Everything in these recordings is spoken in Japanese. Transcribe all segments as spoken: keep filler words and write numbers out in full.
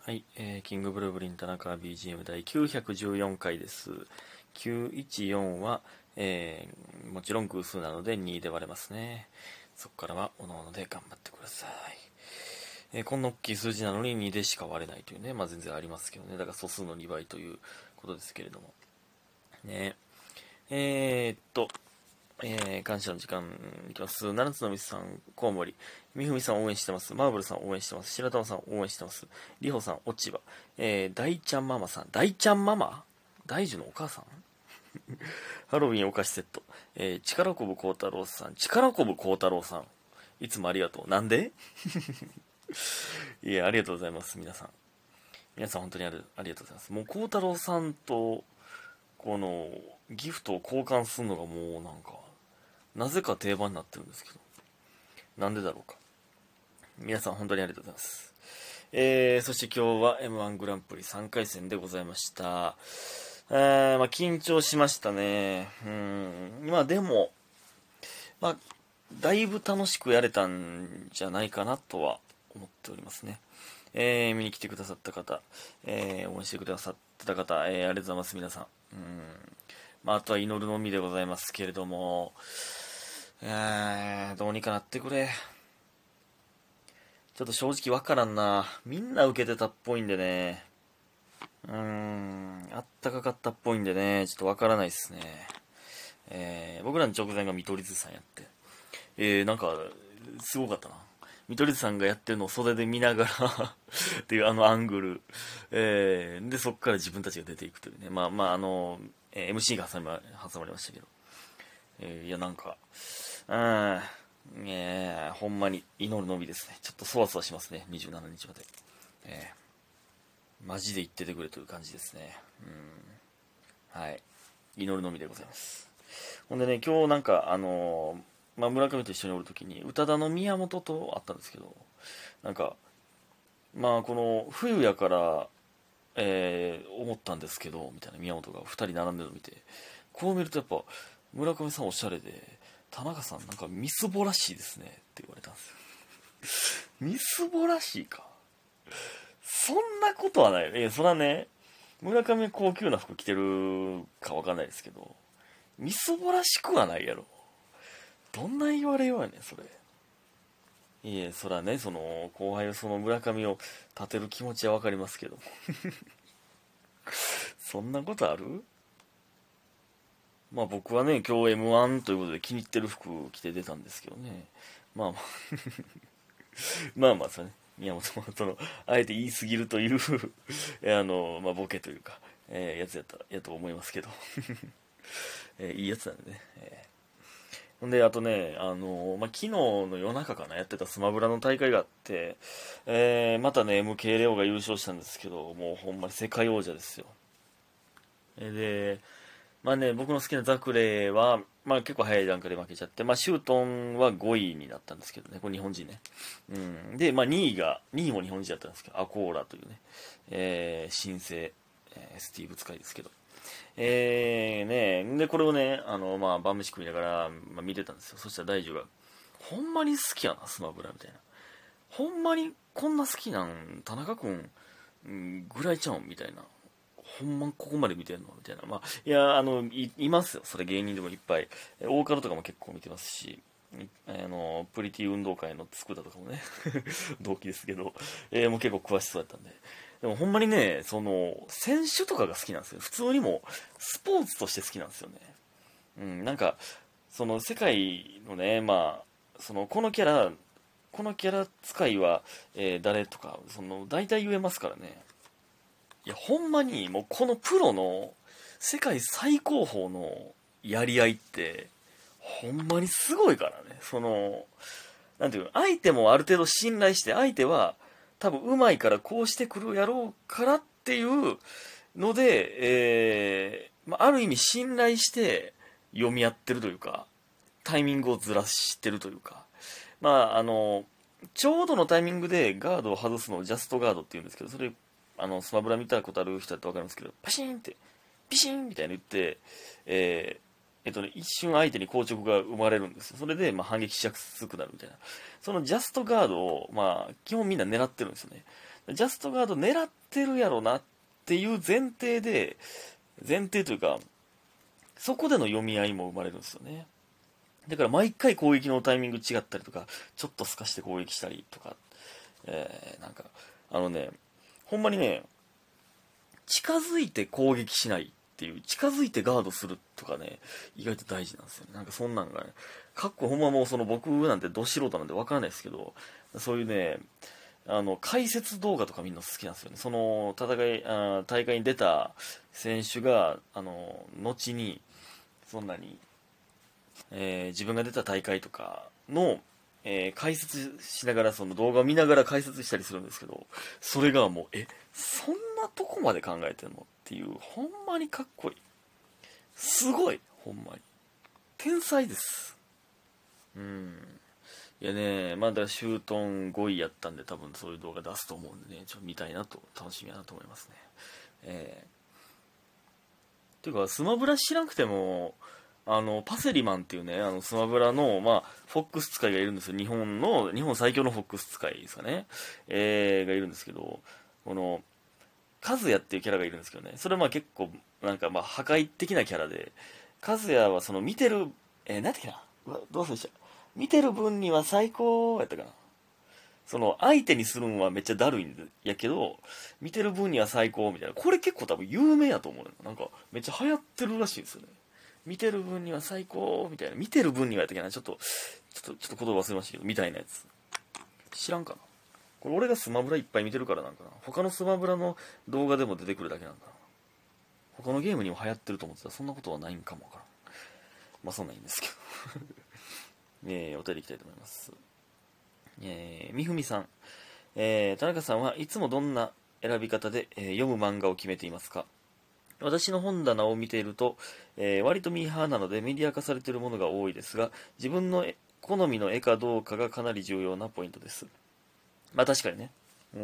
はい、えー、キングブルーブリン田中 ビージーエム 第きゅうひゃくじゅうよんかいです。きゅういちよんは、えー、もちろん偶数なのでにで割れますね。そこからはおのおので頑張ってください。えー、こんな大きい数字なのににでしか割れないというね、まあ全然ありますけどね。だから素数のにばいということですけれども。ねえー、っと、えー、感謝の時間いきます。七つのみさん、コウモリ。みふみさん応援してます。マーブルさん応援してます。白玉さん応援してます。りほさん、落ち葉。えー、大ちゃんママさん。大ちゃんママ大樹のお母さんハロウィンお菓子セット。えー、力こぶ孝太郎さん。力こぶ孝太郎さん。いつもありがとう。なんでいや、ありがとうございます、皆さん。皆さん本当にありありがとうございます。もう孝太郎さんと、この、ギフトを交換するのがもうなんか、なぜか定番になってるんですけど。なんでだろうか。皆さん本当にありがとうございます。えー、そして今日は エムワン グランプリさんかい戦でございました。えー、まあ緊張しましたね。うん。まあでも、まあ、だいぶ楽しくやれたんじゃないかなとは思っておりますね。えー、見に来てくださった方、えー、応援してくださった方、えー、ありがとうございます、皆さん。うん。まあ、あとは祈るのみでございますけれども、えー、どうにかなってくれ。ちょっと正直わからんな。みんな受けてたっぽいんでね。うーん、あったかかったっぽいんでね、ちょっとわからないっすね。えー、僕らの直前が見取り図さんやって。えー、なんか、すごかったな。見取り図さんがやってるのを袖で見ながらっていうあのアングル。えー、で、そこから自分たちが出ていくというね。まあまあ、あの、えー、エムシー が挟ま挟まれましたけど。えー、いや、なんか、うん、えー、ほんまに祈るのみですね。ちょっとそわそわしますね。にじゅうしちにちまで。えー、マジで言っててくれという感じですね。うん。はい。祈るのみでございます。ほんでね、今日なんか、あのー、まあ、村上と一緒におるときに、宇多田の宮本と会ったんですけど、なんか、まあ、この、冬やから、えー、思ったんですけど、みたいな宮本がふたり並んでるのを見て、こう見るとやっぱ、村上さんおしゃれで、田中さんなんかみすぼらしいですねって言われたんですよ。みすぼらしいか。そんなことはないよ。え、そらね、村上高級な服着てるかわかんないですけど、みすぼらしくはないやろ。どんな言われようやねん、それ。いえ、そらね、その、後輩のその村上を立てる気持ちはわかりますけど。そんなことある？まあ僕はね、今日 エムワン ということで気に入ってる服着て出たんですけどね。まあまあまあまあ、それね、宮本もその、あえて言い過ぎるというあの、まあボケというか、えー、やつやった、やと思いますけどえー、いいやつなんでね。えーほんで、あとね、あのーまあ、昨日の夜中かな、やってたスマブラの大会があって、えー、またね、エムケー レオが優勝したんですけど、もうほんまに世界王者ですよ。えーで、まあね、僕の好きなザクレは、まあ結構早い段階で負けちゃって、まあシュートンはごいになったんですけどね、これ日本人ね。うん。で、まあにいが、にいも日本人だったんですけど、アコーラというね、えー、新生、えースティーブ使いですけど。えー、ね、で、これをね、あの、まあ晩飯食いながら、まあ、見てたんですよ。そしたら大樹が、ほんまに好きやな、スマブラみたいな。ほんまにこんな好きなん、田中君うんぐらいちゃうんみたいな。ほんまここまで見てんのみたいな。まあ、いや、あの、い、いますよ。それ芸人でもいっぱい。え大カルとかも結構見てますし、いあの、プリティ運動会のつくだとかもね、同期ですけど、えーもう結構詳しそうだったんで。でもほんまにね、その、選手とかが好きなんですよ。普通にも、スポーツとして好きなんですよね。うん、なんか、その世界のね、まあ、その、このキャラ、このキャラ使いは、えー誰とか、その、大体言えますからね。いや、ほんまに、もうこのプロの世界最高峰のやり合いって、ほんまにすごいからね。その、なんていうの、相手もある程度信頼して、相手は多分上手いからこうしてくるやろうからっていうので、えー、まあ、ある意味信頼して読み合ってるというか、タイミングをずらしてるというか、まあ、あの、ちょうどのタイミングでガードを外すのをジャストガードって言うんですけど、それ、あの、スマブラ見たことある人だとわかるんですけど、パシーンって、ピシーンみたいに言って、えー、えっとね、一瞬相手に硬直が生まれるんですよ。それで、まあ、反撃しやすくなるみたいな。そのジャストガードを、まあ、基本みんな狙ってるんですよね。 ジャストガード狙ってるやろなっていう前提で、前提というか、そこでの読み合いも生まれるんですよね。だから毎回攻撃のタイミング違ったりとか、ちょっと透かして攻撃したりとか、えー、なんか、あのね、ほんまにね、近づいて攻撃しないっていう、近づいてガードするとかね、意外と大事なんですよね。なんかそんなんがね、かっこほんまもうその僕なんてど素人なんでわからないですけど、そういうね、あの、解説動画とかみんな好きなんですよね。その、戦い、あ大会に出た選手が、あの、後に、そんなに、えー自分が出た大会とかの、えー解説しながら、その動画を見ながら解説したりするんですけど、それがもう、え、そんなとこまで考えてんのっていう、ほんまにかっこいい。すごい、ほんまに。天才です。うん。いやね、まだシュートンごいやったんで、多分そういう動画出すと思うんでね、ちょっと見たいなと、楽しみやなと思いますね。えー、ていうか、スマブラ知らなくても、あの、パセリマンっていうね、あの、スマブラの、まあ、フォックス使いがいるんですよ。日本の、日本最強のフォックス使いですかね。えー、がいるんですけど、この、カズヤっていうキャラがいるんですけどね、それはまあ結構、なんかまあ破壊的なキャラで、カズヤはその見てる、えー、なんだっけな、うわどうせでした。見てる分には最高やったかな。その相手にするんはめっちゃだるいんやけど、見てる分には最高みたいな。これ結構多分有名やと思うね。なんかめっちゃ流行ってるらしいんですよね。見てる分には最高みたいな。見てる分にはやったっけな。ちょっと、ちょっと、ちょっと言葉忘れましたけど、みたいなやつ。知らんかな。これ俺がスマブラいっぱい見てるからなんかな。他のスマブラの動画でも出てくるだけなんかな。他のゲームにも流行ってると思ってたらそんなことはないんかもわからん。まあそんなんいいんですけど。えー、お便りいきたいと思います。えー、みふみさん。えー、田中さんはいつもどんな選び方で、えー読む漫画を決めていますか？私の本棚を見ていると、えー割とミーハーなのでメディア化されているものが多いですが、自分の絵好みの絵かどうかがかなり重要なポイントです。まあ確かにね。うん。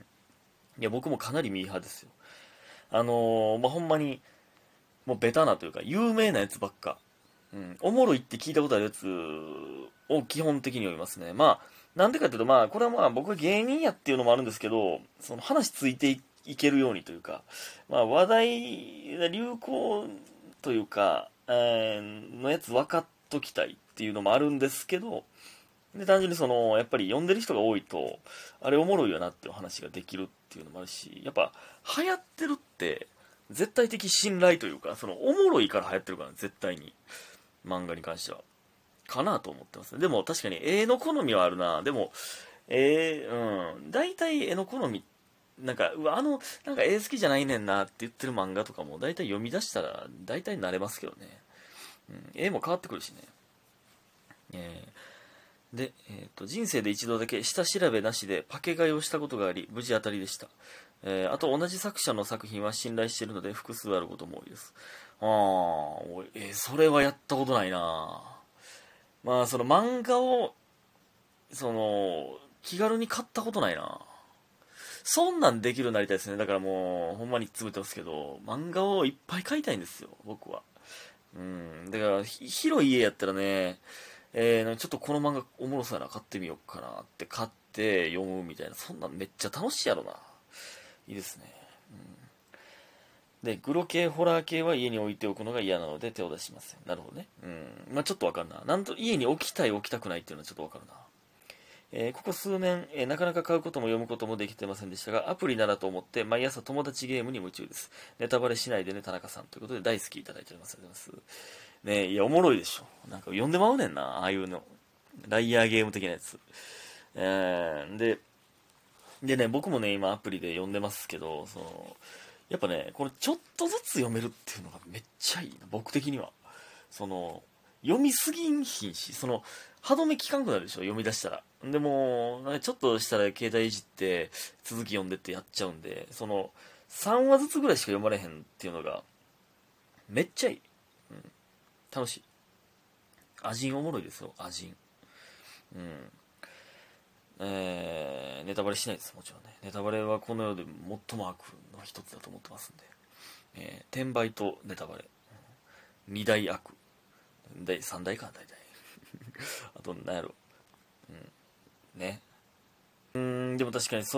いや、僕もかなりミーハーですよ。あのー、まあ、ほんまに、もうベタなというか、有名なやつばっか。うん。おもろいって聞いたことあるやつを基本的に読みますね。まあ、なんでかっていうと、まあ、これはまあ、僕が芸人やっていうのもあるんですけど、その話ついていいけるようにというか、まあ、話題、流行というか、えーのやつ分かっときたいっていうのもあるんですけど、で、単純にその、やっぱり読んでる人が多いと、あれおもろいよなっていう話ができるっていうのもあるし、やっぱ、流行ってるって、絶対的信頼というか、その、おもろいから流行ってるから、絶対に。漫画に関しては。かなと思ってますね。でも、確かに、絵の好みはあるな。でも、えー、うん、大体絵の好み、なんか、うわ、あの、なんか絵好きじゃないねんなって言ってる漫画とかも、大体読み出したら、大体慣れますけどね。うん、絵も変わってくるしね。えーで、えーと、人生で一度だけ下調べなしでパケ買いをしたことがあり、無事当たりでした。えーあと同じ作者の作品は信頼しているので複数あることも多いです。あー、えーそれはやったことないな。まあ、その漫画を、その、気軽に買ったことないな。そんなんできるようになりたいですね。だからもう、ほんまにつぶってますけど、漫画をいっぱい買いたいんですよ、僕は。うん。だから、広い家やったらね、えー、ちょっとこの漫画おもろそうやな、買ってみようかなって買って読むみたいな、そんなんめっちゃ楽しいやろな。いいですね。うん、で、グロ系、ホラー系は家に置いておくのが嫌なので手を出しません。なるほどね。うん。まあちょっとわかるな。なんと、家に置きたい、置きたくないっていうのはちょっとわかるな。えーここ数年、えーなかなか買うことも読むこともできてませんでしたが、アプリならと思って毎朝友達ゲームに夢中です。ネタバレしないでね、田中さん。ということで大好きいただいております。ありがとうございます。ねえ、いや、おもろいでしょ。なんか読んでまうねんな、ああいうの。ライアーゲーム的なやつ。えー、で、でね、僕もね、今アプリで読んでますけど、その、やっぱね、これちょっとずつ読めるっていうのがめっちゃいいな、僕的には。その、読みすぎんひんし、その、歯止め効かんくなるでしょ、読み出したら。でも、なんかちょっとしたら携帯いじって、続き読んでってやっちゃうんで、その、さんわずつぐらいしか読まれへんっていうのが、めっちゃいい。うん、楽しい。アジンおもろいですよ、アジン。うん。えー、ネタバレしないです、もちろんね。ネタバレはこの世で最も悪の一つだと思ってますんで。えー、転売とネタバレ。二大悪。第三大か、大体。あと、なんやろ。うん。ね。うーん、でも確かに、そ、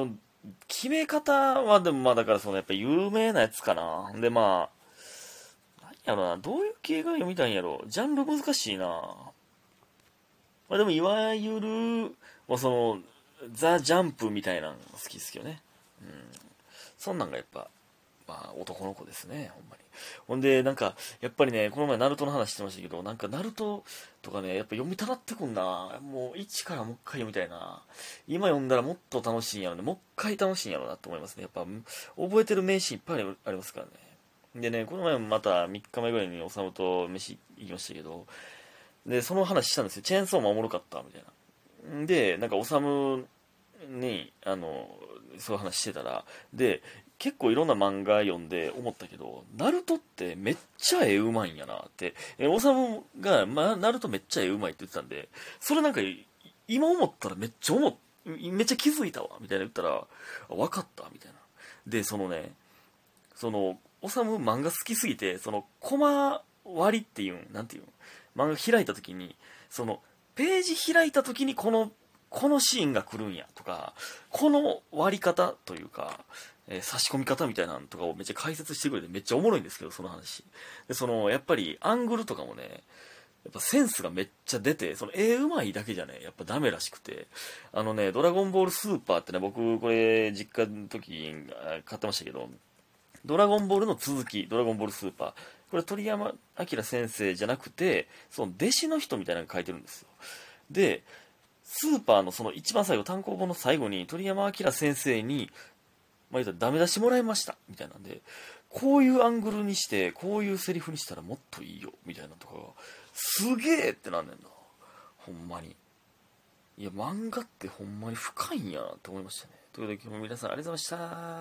決め方はでもまあだからそのやっぱ有名なやつかな。でまあ、何やろな、どういう系が読みたいんやろ。ジャンル難しいな。まあでもいわゆる、まあ、その、ザ・ジャンプみたいなのが好きですけどね。うん。そんなんがやっぱ、まあ男の子ですね、ほんまに。ほんで、なんか、やっぱりね、この前ナルトの話してましたけど、なんかナルトとかね、やっぱ読みたなってくんな。もう一からもう一回読みたいな。今読んだらもっと楽しいんやろね。もう一回楽しいんやろなと思いますね。やっぱ、覚えてる名シーンいっぱいありますからね。でね、この前もまたみっかまえぐらいにおさむと飯行きましたけど、で、その話したんですよ。チェーンソーマンおもろかった、みたいな。で、なんかおさむに、あの、そういう話してたら、で、結構いろんな漫画読んで思ったけど、ナルトってめっちゃ絵うまいんやなって、え、おさむが、ま、ナルトめっちゃ絵うまいって言ってたんで、それなんか、今思ったらめっちゃ思っ、めっちゃ気づいたわ、みたいな言ったら、あわかった、みたいな。で、そのね、その、おさむ漫画好きすぎて、その、コマ割りっていうん、なんていうん、漫画開いた時に、その、ページ開いた時にこの、このシーンが来るんやとか、この割り方というか、えー差し込み方みたいなのとかをめっちゃ解説してくれてめっちゃおもろいんですけど、その話。で、その、やっぱりアングルとかもね、やっぱセンスがめっちゃ出て、その絵うまいだけじゃね、やっぱダメらしくて。あのね、ドラゴンボールスーパーってね、僕これ実家の時にあ買ってましたけど、ドラゴンボールの続き、ドラゴンボールスーパー。これ鳥山明先生じゃなくて、その弟子の人みたいなのが書いてるんですよ。で、スーパーのその一番最後、単行本の最後に鳥山明先生に、まあ、言ったらダメ出しもらいました、みたいなんで、こういうアングルにして、こういうセリフにしたらもっといいよ、みたいなとかが、すげえってなんねんな。ほんまに。いや、漫画ってほんまに深いんやなって思いましたね。ということで今日も皆さんありがとうございました。